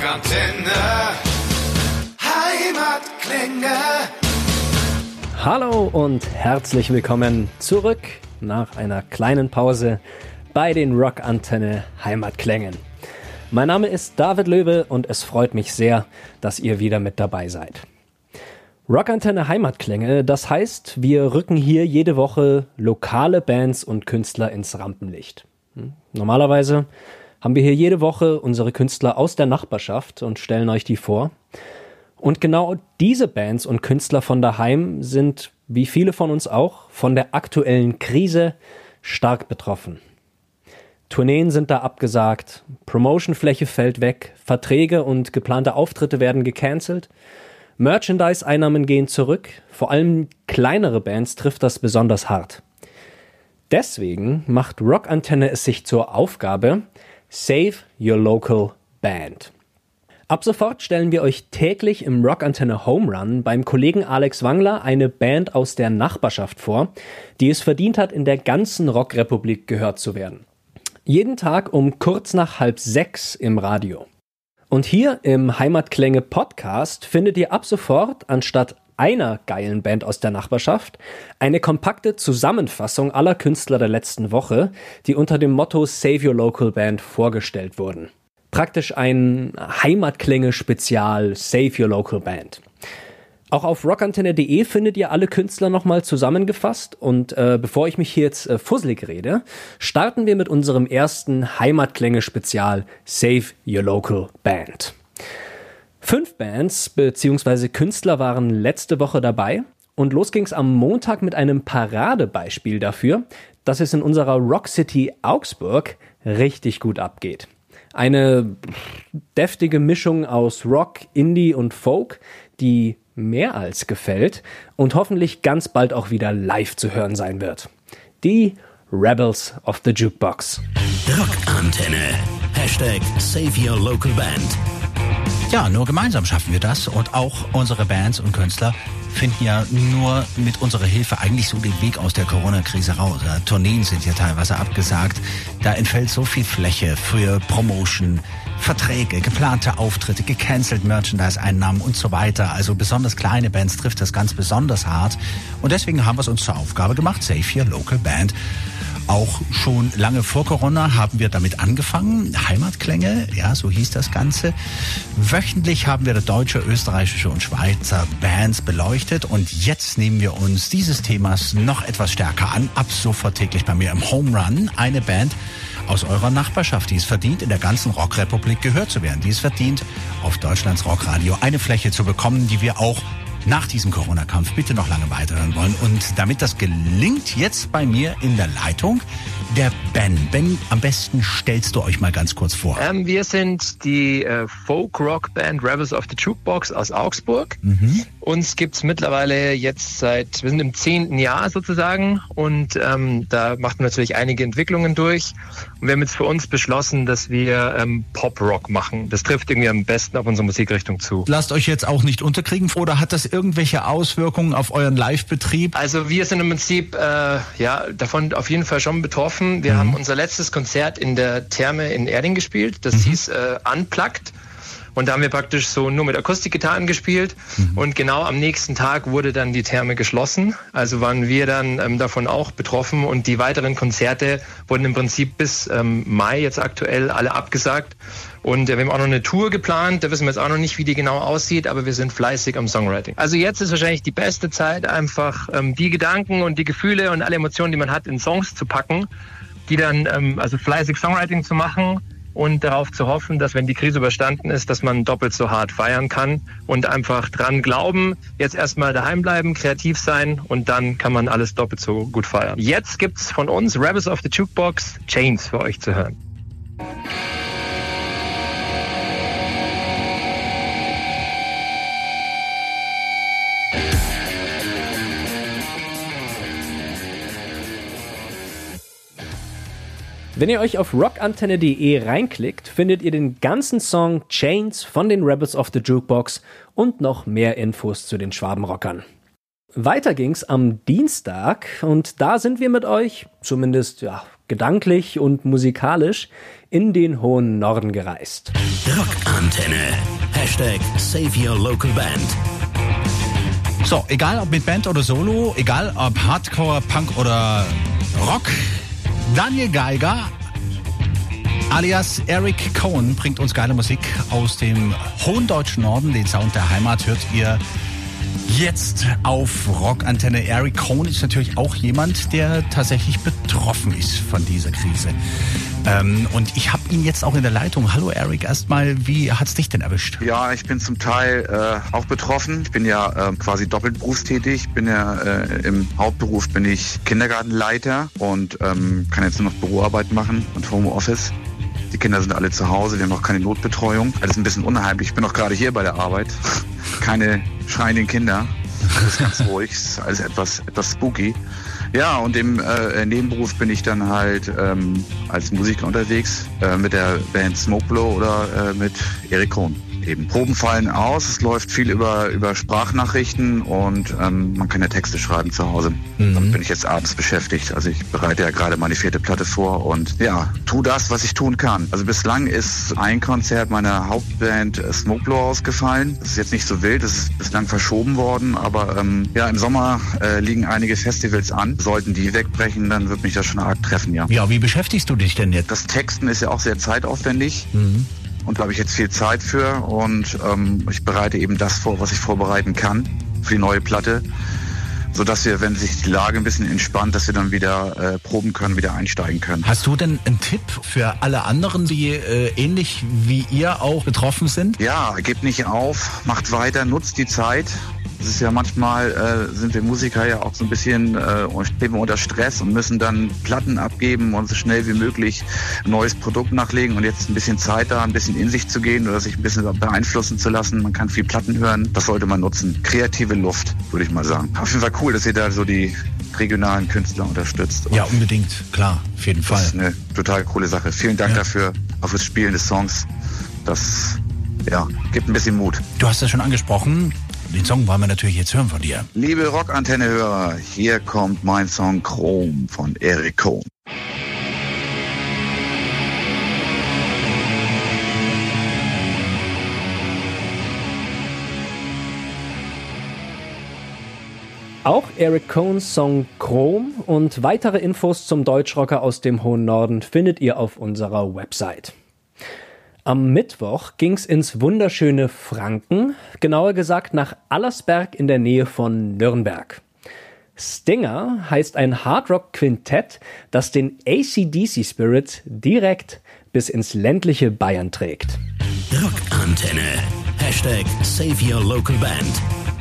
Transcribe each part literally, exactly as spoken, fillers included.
Rockantenne Heimatklänge. Hallo und herzlich willkommen zurück nach einer kleinen Pause bei den Rockantenne Heimatklängen. Mein Name ist David Löwe und es freut mich sehr, dass ihr wieder mit dabei seid. Rockantenne Heimatklänge, das heißt, wir rücken hier jede Woche lokale Bands und Künstler ins Rampenlicht. Normalerweise haben wir hier jede Woche unsere Künstler aus der Nachbarschaft und stellen euch die vor. Und genau diese Bands und Künstler von daheim sind, wie viele von uns auch, von der aktuellen Krise stark betroffen. Tourneen sind da abgesagt, Promotionfläche fällt weg, Verträge und geplante Auftritte werden gecancelt, Merchandise-Einnahmen gehen zurück, vor allem kleinere Bands trifft das besonders hart. Deswegen macht Rockantenne es sich zur Aufgabe, Save Your Local Band. Ab sofort stellen wir euch täglich im Rockantenne Home Run beim Kollegen Alex Wangler eine Band aus der Nachbarschaft vor, die es verdient hat, in der ganzen Rockrepublik gehört zu werden. Jeden Tag um kurz nach halb sechs im Radio. Und hier im Heimatklänge Podcast findet ihr ab sofort anstatt einer geilen Band aus der Nachbarschaft eine kompakte Zusammenfassung aller Künstler der letzten Woche, die unter dem Motto Save Your Local Band vorgestellt wurden. Praktisch ein Heimatklänge-Spezial Save Your Local Band. Auch auf rockantenne punkt de findet ihr alle Künstler nochmal zusammengefasst und äh, bevor ich mich hier jetzt äh, fusselig rede, starten wir mit unserem ersten Heimatklänge-Spezial Save Your Local Band. Fünf Bands bzw. Künstler waren letzte Woche dabei und los ging's am Montag mit einem Paradebeispiel dafür, dass es in unserer Rock City Augsburg richtig gut abgeht. Eine deftige Mischung aus Rock, Indie und Folk, die mehr als gefällt und hoffentlich ganz bald auch wieder live zu hören sein wird. Die Rebels of the Jukebox. Rockantenne. Hashtag Save Your Local Band. Ja, nur gemeinsam schaffen wir das und auch unsere Bands und Künstler finden ja nur mit unserer Hilfe eigentlich so den Weg aus der Corona-Krise raus. Ja, Tourneen sind ja teilweise abgesagt. Da entfällt so viel Fläche für Promotion, Verträge, geplante Auftritte, gecancelt Merchandise-Einnahmen und so weiter. Also besonders kleine Bands trifft das ganz besonders hart. Und deswegen haben wir es uns zur Aufgabe gemacht, Save Your Local Band. Auch schon lange vor Corona haben wir damit angefangen. Heimatklänge, ja, so hieß das Ganze. Wöchentlich haben wir deutsche, österreichische und Schweizer Bands beleuchtet. Und jetzt nehmen wir uns dieses Themas noch etwas stärker an. Ab sofort täglich bei mir im Home Run eine Band aus eurer Nachbarschaft, die es verdient, in der ganzen Rockrepublik gehört zu werden. Die es verdient, auf Deutschlands Rockradio eine Fläche zu bekommen, die wir auch nach diesem Corona-Kampf bitte noch lange weiterhören wollen. Und damit das gelingt, jetzt bei mir in der Leitung der Ben. Ben, am besten stellst du euch mal ganz kurz vor. Ähm, wir sind die äh, Folk-Rock-Band Rebels of the Jukebox aus Augsburg. Mhm. Uns gibt's mittlerweile jetzt seit, wir sind im zehnten Jahr sozusagen und ähm, da macht man natürlich einige Entwicklungen durch. Und wir haben jetzt für uns beschlossen, dass wir ähm, Pop-Rock machen. Das trifft irgendwie am besten auf unsere Musikrichtung zu. Lasst euch jetzt auch nicht unterkriegen oder hat das irgendwelche Auswirkungen auf euren Live-Betrieb? Also wir sind im Prinzip äh, ja davon auf jeden Fall schon betroffen. Wir mhm. haben unser letztes Konzert in der Therme in Erding gespielt. Das mhm. hieß äh, Unplugged. Und da haben wir praktisch so nur mit Akustikgitarren gespielt. Mhm. Und genau am nächsten Tag wurde dann die Therme geschlossen. Also waren wir dann ähm, davon auch betroffen. Und die weiteren Konzerte wurden im Prinzip bis ähm, Mai jetzt aktuell alle abgesagt. Und äh, wir haben auch noch eine Tour geplant. Da wissen wir jetzt auch noch nicht, wie die genau aussieht. Aber wir sind fleißig am Songwriting. Also jetzt ist wahrscheinlich die beste Zeit, einfach ähm, die Gedanken und die Gefühle und alle Emotionen, die man hat, in Songs zu packen. Die dann, ähm, also fleißig Songwriting zu machen. Und darauf zu hoffen, dass wenn die Krise überstanden ist, dass man doppelt so hart feiern kann und einfach dran glauben, jetzt erstmal daheim bleiben, kreativ sein und dann kann man alles doppelt so gut feiern. Jetzt gibt's von uns Rebels of the Jukebox Chains für euch zu hören. Wenn ihr euch auf rockantenne punkt de reinklickt, findet ihr den ganzen Song Chains von den Rebels of the Jukebox und noch mehr Infos zu den Schwabenrockern. Weiter ging's am Dienstag und da sind wir mit euch, zumindest ja, gedanklich und musikalisch in den hohen Norden gereist. Rockantenne. Hashtag Save Your Local Band. So, egal ob mit Band oder Solo, egal ob Hardcore, Punk oder Rock, Daniel Geiger alias Eric Cohn bringt uns geile Musik aus dem hohen deutschen Norden. Den Sound der Heimat hört ihr jetzt auf Rockantenne. Eric Cohn ist natürlich auch jemand, der tatsächlich betroffen ist von dieser Krise. Ähm, und ich habe ihn jetzt auch in der Leitung. Hallo Eric, erstmal, wie hat's dich denn erwischt? Ja, ich bin zum Teil äh, auch betroffen. Ich bin ja äh, quasi doppelt berufstätig. Ich bin ja äh, im Hauptberuf bin ich Kindergartenleiter und ähm, kann jetzt nur noch Büroarbeit machen und Homeoffice. Die Kinder sind alle zu Hause, wir haben noch keine Notbetreuung. Alles ein bisschen unheimlich. Ich bin auch gerade hier bei der Arbeit. Keine schreienden Kinder. Das ist ganz ruhig. Das ist alles etwas, etwas spooky. Ja, und im äh, Nebenberuf bin ich dann halt ähm, als Musiker unterwegs äh, mit der Band Smokeblow oder äh, mit Eric Cohn. Eben. Proben fallen aus, es läuft viel über, über Sprachnachrichten und ähm, man kann ja Texte schreiben zu Hause. Mhm. Damit bin ich jetzt abends beschäftigt. Also ich bereite ja gerade meine vierte Platte vor und ja, tu das, was ich tun kann. Also bislang ist ein Konzert meiner Hauptband äh, Smokeblow ausgefallen. Das ist jetzt nicht so wild, das ist bislang verschoben worden, aber ähm, ja, im Sommer äh, liegen einige Festivals an. Sollten die wegbrechen, dann wird mich das schon arg treffen, ja. Ja, wie beschäftigst du dich denn jetzt? Das Texten ist ja auch sehr zeitaufwendig. Mhm. Und da habe ich jetzt viel Zeit für und ähm, ich bereite eben das vor, was ich vorbereiten kann für die neue Platte, sodass wir, wenn sich die Lage ein bisschen entspannt, dass wir dann wieder äh, proben können, wieder einsteigen können. Hast du denn einen Tipp für alle anderen, die äh, ähnlich wie ihr auch betroffen sind? Ja, gebt nicht auf, macht weiter, nutzt die Zeit. Es ist ja manchmal, äh, sind wir Musiker ja auch so ein bisschen, äh, stehen wir unter Stress und müssen dann Platten abgeben und so schnell wie möglich ein neues Produkt nachlegen und jetzt ein bisschen Zeit da, ein bisschen in sich zu gehen oder sich ein bisschen beeinflussen zu lassen. Man kann viel Platten hören, das sollte man nutzen. Kreative Luft, würde ich mal sagen. Auf jeden Fall cool, dass ihr da so die regionalen Künstler unterstützt. Ja, unbedingt, klar, auf jeden Fall. Das ist eine total coole Sache. Vielen Dank ja. dafür, auch fürs Spielen des Songs. Das, ja, gibt ein bisschen Mut. Du hast das schon angesprochen. Den Song wollen wir natürlich jetzt hören von dir. Liebe Rockantenne-Hörer, hier kommt mein Song Chrome von Eric Cohn. Auch Eric Cohns Song Chrome und weitere Infos zum Deutschrocker aus dem hohen Norden findet ihr auf unserer Website. Am Mittwoch ging's ins wunderschöne Franken, genauer gesagt nach Allersberg in der Nähe von Nürnberg. Stinger heißt ein Hardrock-Quintett, das den A C D C-Spirit direkt bis ins ländliche Bayern trägt. Rockantenne. Hashtag Save Your Local Band.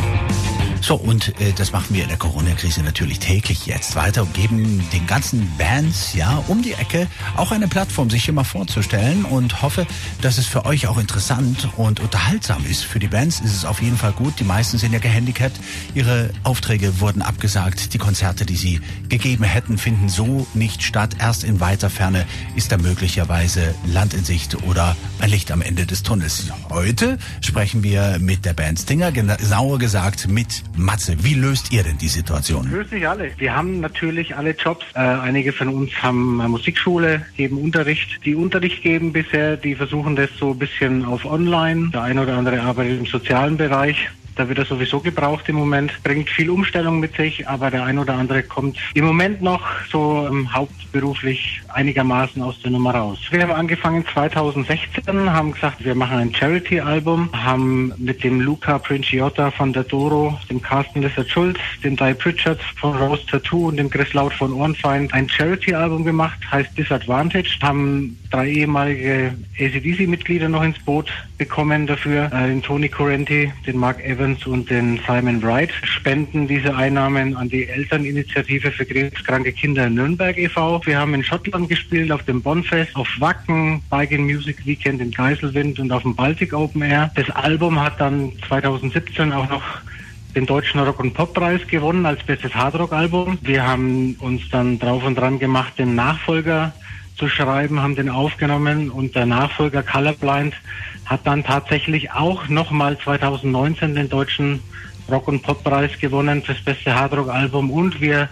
So, und äh, das machen wir in der Corona-Krise natürlich täglich jetzt weiter und geben den ganzen Bands ja um die Ecke auch eine Plattform, sich hier mal vorzustellen und hoffe, dass es für euch auch interessant und unterhaltsam ist. Für die Bands ist es auf jeden Fall gut. Die meisten sind ja gehandicapt. Ihre Aufträge wurden abgesagt. Die Konzerte, die sie gegeben hätten, finden so nicht statt. Erst in weiter Ferne ist da möglicherweise Land in Sicht oder ein Licht am Ende des Tunnels. Heute sprechen wir mit der Band Stinger, genauer gesagt mit Matze. Wie löst ihr denn die Situation? Grüß dich alle. Wir haben natürlich alle Jobs. Äh, einige von uns haben eine Musikschule, geben Unterricht. Die Unterricht geben bisher, die versuchen das so ein bisschen auf online. Der eine oder andere arbeitet im sozialen Bereich. Da wird er sowieso gebraucht im Moment. Bringt viel Umstellung mit sich, aber der ein oder andere kommt im Moment noch so ähm, hauptberuflich einigermaßen aus der Nummer raus. Wir haben angefangen zweitausendsechzehn, haben gesagt, wir machen ein Charity-Album, haben mit dem Luca Princiotta von der Doro, dem Carsten Lissert-Schulz, dem Di Pritchard von Rose Tattoo und dem Chris Laut von Ohrenfeind ein Charity-Album gemacht, heißt Disadvantage, haben drei ehemalige A C D C-Mitglieder noch ins Boot bekommen dafür, äh, den Tony Correnti, den Mark Evans und den Simon Wright, spenden diese Einnahmen an die Elterninitiative für krebskranke Kinder in Nürnberg e V Wir haben in Schottland gespielt, auf dem Bonfest, auf Wacken, Bike and Music Weekend in Geiselwind und auf dem Baltic Open Air. Das Album hat dann zweitausendsiebzehn auch noch den Deutschen Rock- und Pop-Preis gewonnen als bestes Hardrock-Album. Wir haben uns dann drauf und dran gemacht, den Nachfolger zu schreiben, haben den aufgenommen und der Nachfolger Colorblind hat dann tatsächlich auch nochmal zweitausendneunzehn den Deutschen Rock- und Pop-Preis gewonnen fürs beste Hardrock-Album und wir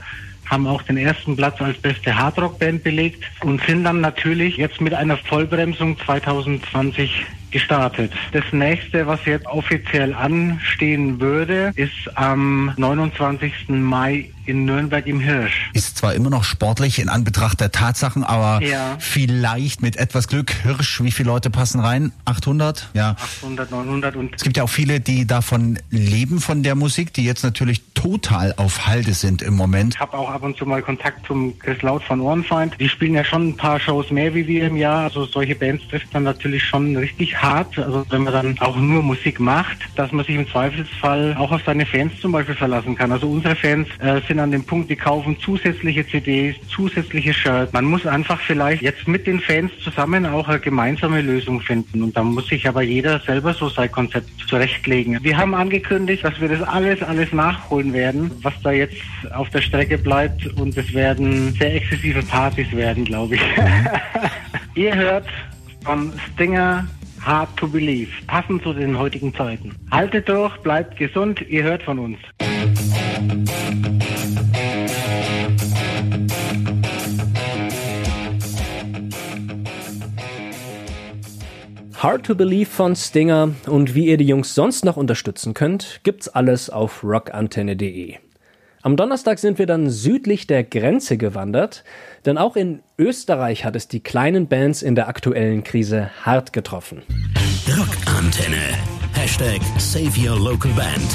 haben auch den ersten Platz als beste Hardrock-Band belegt und sind dann natürlich jetzt mit einer Vollbremsung zwanzig zwanzig gestartet. Das nächste, was jetzt offiziell anstehen würde, ist am neunundzwanzigsten Mai in Nürnberg im Hirsch. Ist zwar immer noch sportlich in Anbetracht der Tatsachen, aber ja. vielleicht mit etwas Glück. Hirsch, wie viele Leute passen rein? achthundert? Ja. achthundert, neunhundert und... Es gibt ja auch viele, die davon leben, von der Musik, die jetzt natürlich total auf Halde sind im Moment. Ich habe auch ab und zu mal Kontakt zum Chris Laut von Ohrenfeind. Die spielen ja schon ein paar Shows mehr wie wir im Jahr. Also solche Bands trifft dann natürlich schon richtig hart. Also wenn man dann auch nur Musik macht, dass man sich im Zweifelsfall auch auf seine Fans zum Beispiel verlassen kann. Also unsere Fans äh, sind an dem Punkt, die kaufen zusätzliche C Ds, zusätzliche Shirts. Man muss einfach vielleicht jetzt mit den Fans zusammen auch eine gemeinsame Lösung finden. Und da muss sich aber jeder selber so sein Konzept zurechtlegen. Wir haben angekündigt, dass wir das alles, alles nachholen werden, was da jetzt auf der Strecke bleibt. Und es werden sehr exzessive Partys werden, glaube ich. Ihr hört von Stinger Hard to Believe, passend zu den heutigen Zeiten. Haltet durch, bleibt gesund, ihr hört von uns. Hard to Believe von Stinger und wie ihr die Jungs sonst noch unterstützen könnt, gibt's alles auf rockantenne punkt de. Am Donnerstag sind wir dann südlich der Grenze gewandert, denn auch in Österreich hat es die kleinen Bands in der aktuellen Krise hart getroffen. Rockantenne. Hashtag Save Your Local Band.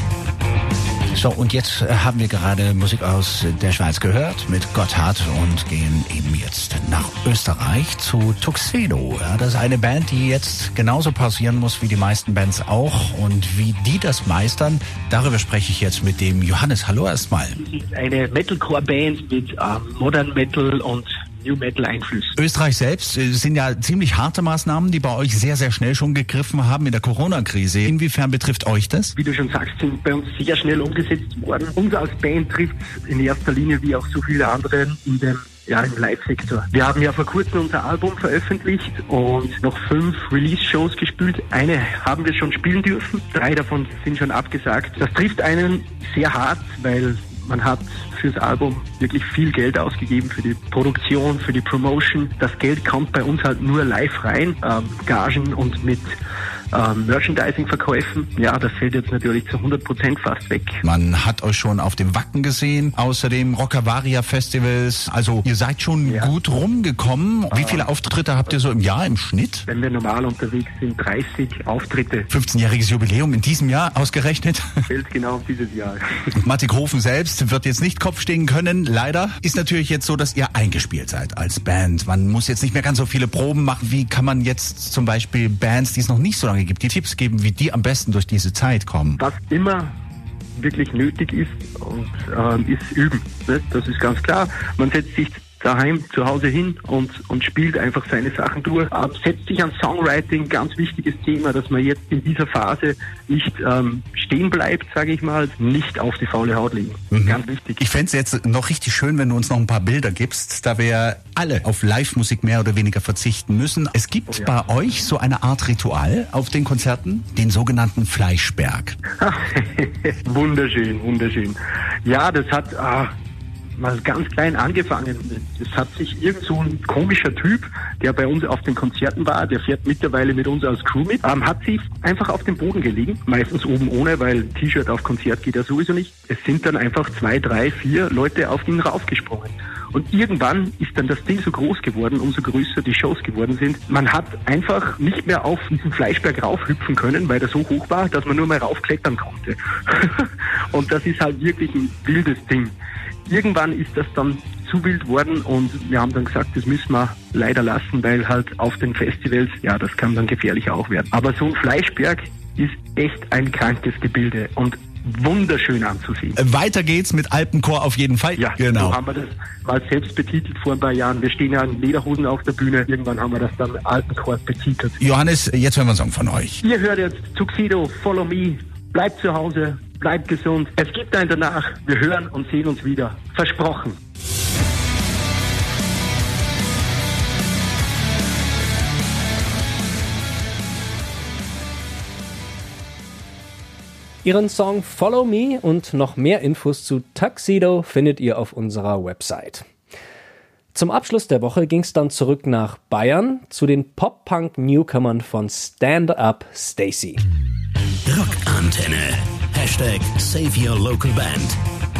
So, und jetzt haben wir gerade Musik aus der Schweiz gehört mit Gotthard und gehen eben jetzt nach Österreich zu Tuxedo. Ja, das ist eine Band, die jetzt genauso pausieren muss wie die meisten Bands auch. Und wie die das meistern, darüber spreche ich jetzt mit dem Johannes. Hallo erstmal. Das ist eine Metalcore-Band mit ähm, Modern Metal und New Metal Einflüssen. Österreich selbst äh, sind ja ziemlich harte Maßnahmen, die bei euch sehr, sehr schnell schon gegriffen haben in der Corona-Krise. Inwiefern betrifft euch das? Wie du schon sagst, sind bei uns sehr schnell umgesetzt worden. Uns als Band trifft es in erster Linie, wie auch so viele andere, in dem ja, im Live-Sektor. Wir haben ja vor kurzem unser Album veröffentlicht und noch fünf Release-Shows gespielt. Eine haben wir schon spielen dürfen, drei davon sind schon abgesagt. Das trifft einen sehr hart, weil man hat fürs Album wirklich viel Geld ausgegeben für die Produktion, für die Promotion. Das Geld kommt bei uns halt nur live rein, ähm, Gagen und mit ähm, Merchandising-Verkäufen. Ja, das fällt jetzt natürlich zu hundert Prozent fast weg. Man hat euch schon auf dem Wacken gesehen, außerdem Rockavaria-Festivals. Also ihr seid schon ja. gut rumgekommen. Wie viele Auftritte habt ihr so im Jahr im Schnitt? Wenn wir normal unterwegs sind, dreißig Auftritte. fünfzehnjähriges Jubiläum in diesem Jahr ausgerechnet. Fällt genau auf dieses Jahr. Mattighofen selbst wird jetzt nicht Kopf stehen können, leider. Ist natürlich jetzt so, dass ihr eingespielt seid als Band. Man muss jetzt nicht mehr ganz so viele Proben machen. Wie kann man jetzt zum Beispiel Bands, die es noch nicht so lange gibt, die Tipps geben, wie die am besten durch diese Zeit kommen? Was immer wirklich nötig ist, und, ähm, ist üben. Ne? Das ist ganz klar. Man setzt sich daheim zu Hause hin und, und spielt einfach seine Sachen durch. Ähm, setzt sich an Songwriting, ganz wichtiges Thema, dass man jetzt in dieser Phase nicht ähm, stehen bleibt, sage ich mal, nicht auf die faule Haut legen. Mhm. Ganz wichtig. Ich fände es jetzt noch richtig schön, wenn du uns noch ein paar Bilder gibst, da wir alle auf Live-Musik mehr oder weniger verzichten müssen. Es gibt oh ja. bei euch so eine Art Ritual auf den Konzerten, den sogenannten Fleischberg. Wunderschön, wunderschön. Ja, das hat... Ah, mal ganz klein angefangen. Es hat sich irgend so ein komischer Typ, der bei uns auf den Konzerten war, der fährt mittlerweile mit uns als Crew mit, ähm, hat sich einfach auf den Boden gelegen, meistens oben ohne, weil T-Shirt auf Konzert geht ja sowieso nicht. Es sind dann einfach zwei, drei, vier Leute auf ihn raufgesprungen. Und irgendwann ist dann das Ding so groß geworden, umso größer die Shows geworden sind. Man hat einfach nicht mehr auf diesen Fleischberg raufhüpfen können, weil der so hoch war, dass man nur mal raufklettern konnte. Und das ist halt wirklich ein wildes Ding. Irgendwann ist das dann zu wild worden und wir haben dann gesagt, das müssen wir leider lassen, weil halt auf den Festivals, ja, das kann dann gefährlich auch werden. Aber so ein Fleischberg ist echt ein krankes Gebilde und wunderschön anzusehen. Weiter geht's mit Alpenchor auf jeden Fall. Ja, genau. So haben wir das mal selbst betitelt vor ein paar Jahren. Wir stehen ja in Lederhosen auf der Bühne. Irgendwann haben wir das dann Alpenchor betitelt. Johannes, jetzt hören wir einen Song von euch. Ihr hört jetzt Tuxedo, Follow Me. Bleibt zu Hause, bleibt gesund. Es gibt einen danach. Wir hören und sehen uns wieder. Versprochen. Ihren Song Follow Me und noch mehr Infos zu Tuxedo findet ihr auf unserer Website. Zum Abschluss der Woche ging es dann zurück nach Bayern zu den Pop-Punk-Newcomern von Stand Up Stacy. Rockantenne. Hashtag Save Your Local Band.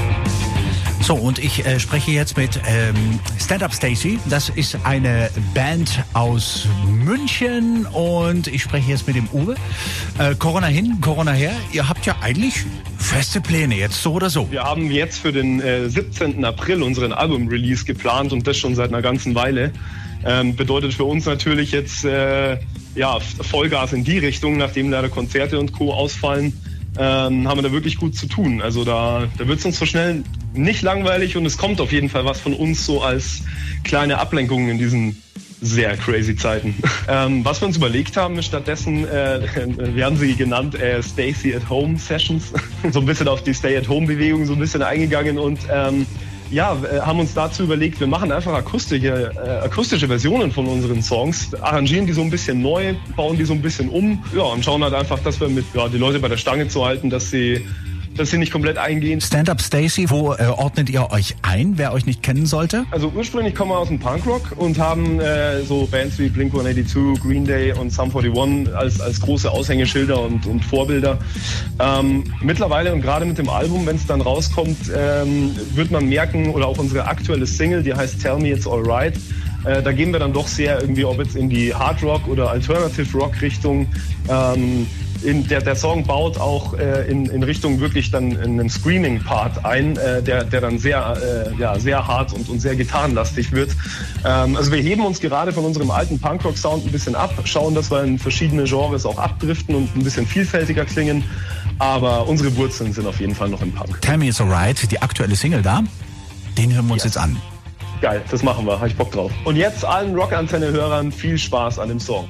So, und ich äh, spreche jetzt mit ähm, Stand Up Stacy. Das ist eine Band aus München und ich spreche jetzt mit dem Uwe. Äh, Corona hin, Corona her. Ihr habt ja eigentlich feste Pläne, jetzt so oder so. Wir haben jetzt für den äh, siebzehnten April unseren Album-Release geplant und das schon seit einer ganzen Weile. Ähm, bedeutet für uns natürlich jetzt äh, ja, Vollgas in die Richtung, nachdem leider Konzerte und Co. ausfallen. Ähm, haben wir da wirklich gut zu tun. Also da, da wird es uns so schnell nicht langweilig und es kommt auf jeden Fall was von uns so als kleine Ablenkung in diesen sehr crazy Zeiten. Ähm, was wir uns überlegt haben, ist stattdessen, äh, wir haben sie genannt, äh, Stacy at Home Sessions, so ein bisschen auf die Stay-at-Home-Bewegung so ein bisschen eingegangen und ähm, ja, haben uns dazu überlegt, wir machen einfach akustische, äh, akustische Versionen von unseren Songs, arrangieren die so ein bisschen neu, bauen die so ein bisschen um, ja, und schauen halt einfach, dass wir mit, ja, die Leute bei der Stange zu halten, dass sie, dass sie nicht komplett eingehen. Stand Up Stacy, wo äh, ordnet ihr euch ein, wer euch nicht kennen sollte? Also ursprünglich kommen wir aus dem Punkrock und haben äh, so Bands wie Blink one eighty-two, Green Day und Sum forty-one als, als große Aushängeschilder und, und Vorbilder. Ähm, mittlerweile und gerade mit dem Album, wenn es dann rauskommt, ähm, wird man merken, oder auch unsere aktuelle Single, die heißt Tell Me It's Alright, äh, da gehen wir dann doch sehr irgendwie, ob jetzt in die Hard Rock oder Alternative Rock Richtung. Ähm, In der, der Song baut auch äh, in, in Richtung wirklich dann einen Screaming-Part ein, äh, der, der dann sehr, äh, ja, sehr hart und, und sehr gitarrenlastig wird. Ähm, also wir heben uns gerade von unserem alten Punkrock-Sound ein bisschen ab, schauen, dass wir in verschiedene Genres auch abdriften und ein bisschen vielfältiger klingen. Aber unsere Wurzeln sind auf jeden Fall noch im Punk. Tell Me It's Alright, die aktuelle Single da, den hören wir uns yes. jetzt an. Geil, das machen wir, hab ich Bock drauf. Und jetzt allen Rockantenne-Hörern viel Spaß an dem Song.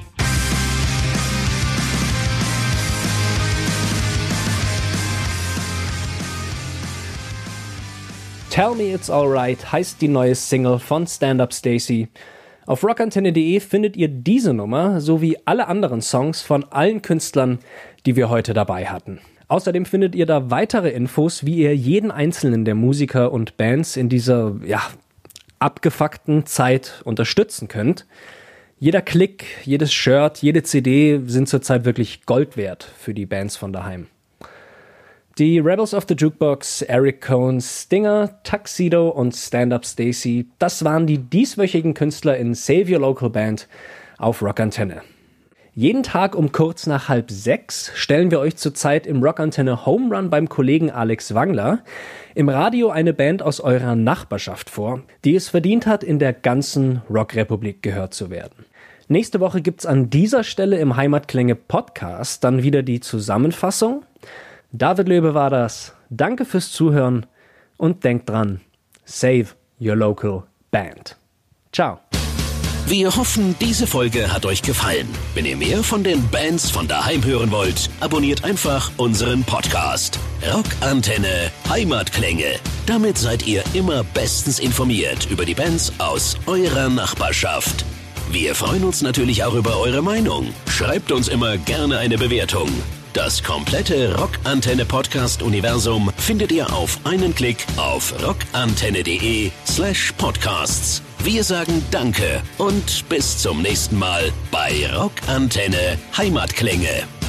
Tell Me It's Alright heißt die neue Single von Stand Up Stacy. Auf rockantenne punkt de findet ihr diese Nummer sowie alle anderen Songs von allen Künstlern, die wir heute dabei hatten. Außerdem findet ihr da weitere Infos, wie ihr jeden einzelnen der Musiker und Bands in dieser, ja, abgefuckten Zeit unterstützen könnt. Jeder Klick, jedes Shirt, jede C D sind zurzeit wirklich Gold wert für die Bands von daheim. Die Rebels of the Jukebox, Eric Cohns, Stinger, Tuxedo und Stand Up Stacy, das waren die dieswöchigen Künstler in Save Your Local Band auf Rockantenne. Jeden Tag um kurz nach halb sechs stellen wir euch zurzeit im Rockantenne Home Run beim Kollegen Alex Wangler im Radio eine Band aus eurer Nachbarschaft vor, die es verdient hat, in der ganzen Rockrepublik gehört zu werden. Nächste Woche gibt's an dieser Stelle im Heimatklänge Podcast dann wieder die Zusammenfassung. David Löbe war das. Danke fürs Zuhören und denkt dran, save your local band. Ciao. Wir hoffen, diese Folge hat euch gefallen. Wenn ihr mehr von den Bands von daheim hören wollt, abonniert einfach unseren Podcast. Rockantenne Heimatklänge. Damit seid ihr immer bestens informiert über die Bands aus eurer Nachbarschaft. Wir freuen uns natürlich auch über eure Meinung. Schreibt uns immer gerne eine Bewertung. Das komplette Rockantenne-Podcast-Universum findet ihr auf einen Klick auf rockantenne.de slash podcasts. Wir sagen Danke und bis zum nächsten Mal bei Rockantenne Heimatklänge.